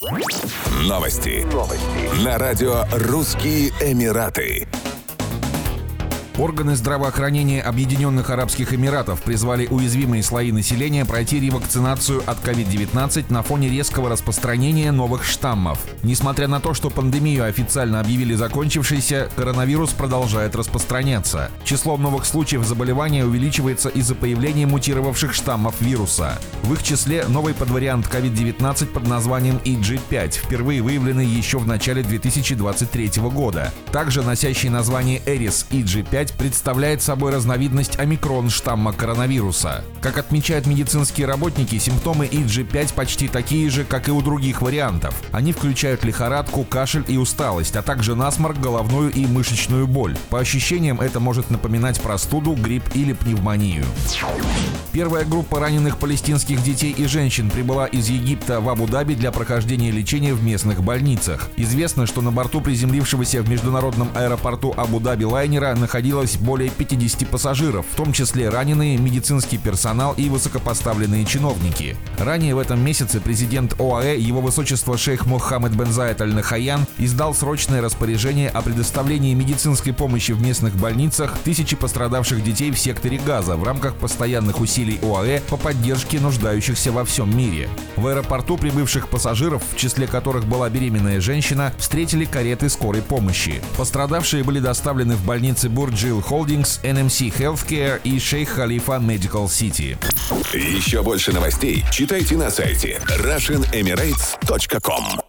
Новости. На радио «Русские Эмираты». Органы здравоохранения Объединенных Арабских Эмиратов призвали уязвимые слои населения пройти ревакцинацию от COVID-19 на фоне резкого распространения новых штаммов. Несмотря на то, что пандемию официально объявили закончившейся, коронавирус продолжает распространяться. Число новых случаев заболевания увеличивается из-за появления мутировавших штаммов вируса. В их числе новый подвариант COVID-19 под названием EG5, впервые выявленный еще в начале 2023 года. Также носящий название Эрис EG5 представляет собой разновидность омикрон штамма коронавируса. Как отмечают медицинские работники, симптомы EG5 почти такие же, как и у других вариантов. Они включают лихорадку, кашель и усталость, а также насморк, головную и мышечную боль. По ощущениям, это может напоминать простуду, грипп или пневмонию. Первая группа раненых палестинских детей и женщин прибыла из Египта в Абу-Даби для прохождения лечения в местных больницах. Известно, что на борту приземлившегося в международном аэропорту Абу-Даби лайнера находилось более 50 пассажиров, в том числе раненые, медицинский персонал и высокопоставленные чиновники. Ранее в этом месяце президент ОАЭ, его высочество шейх Мохаммед бен Заед аль-Нахаян, издал срочное распоряжение о предоставлении медицинской помощи в местных больницах тысячи пострадавших детей в секторе Газа в рамках постоянных усилий ОАЭ по поддержке нуждающихся во всем мире. В аэропорту прибывших пассажиров, в числе которых была беременная женщина, встретили кареты скорой помощи. Пострадавшие были доставлены в больницы Бурдж Holdings, NMC Healthcare и Шейх Халифа Medical City. Еще больше новостей читайте на сайте RussianEmirates.com.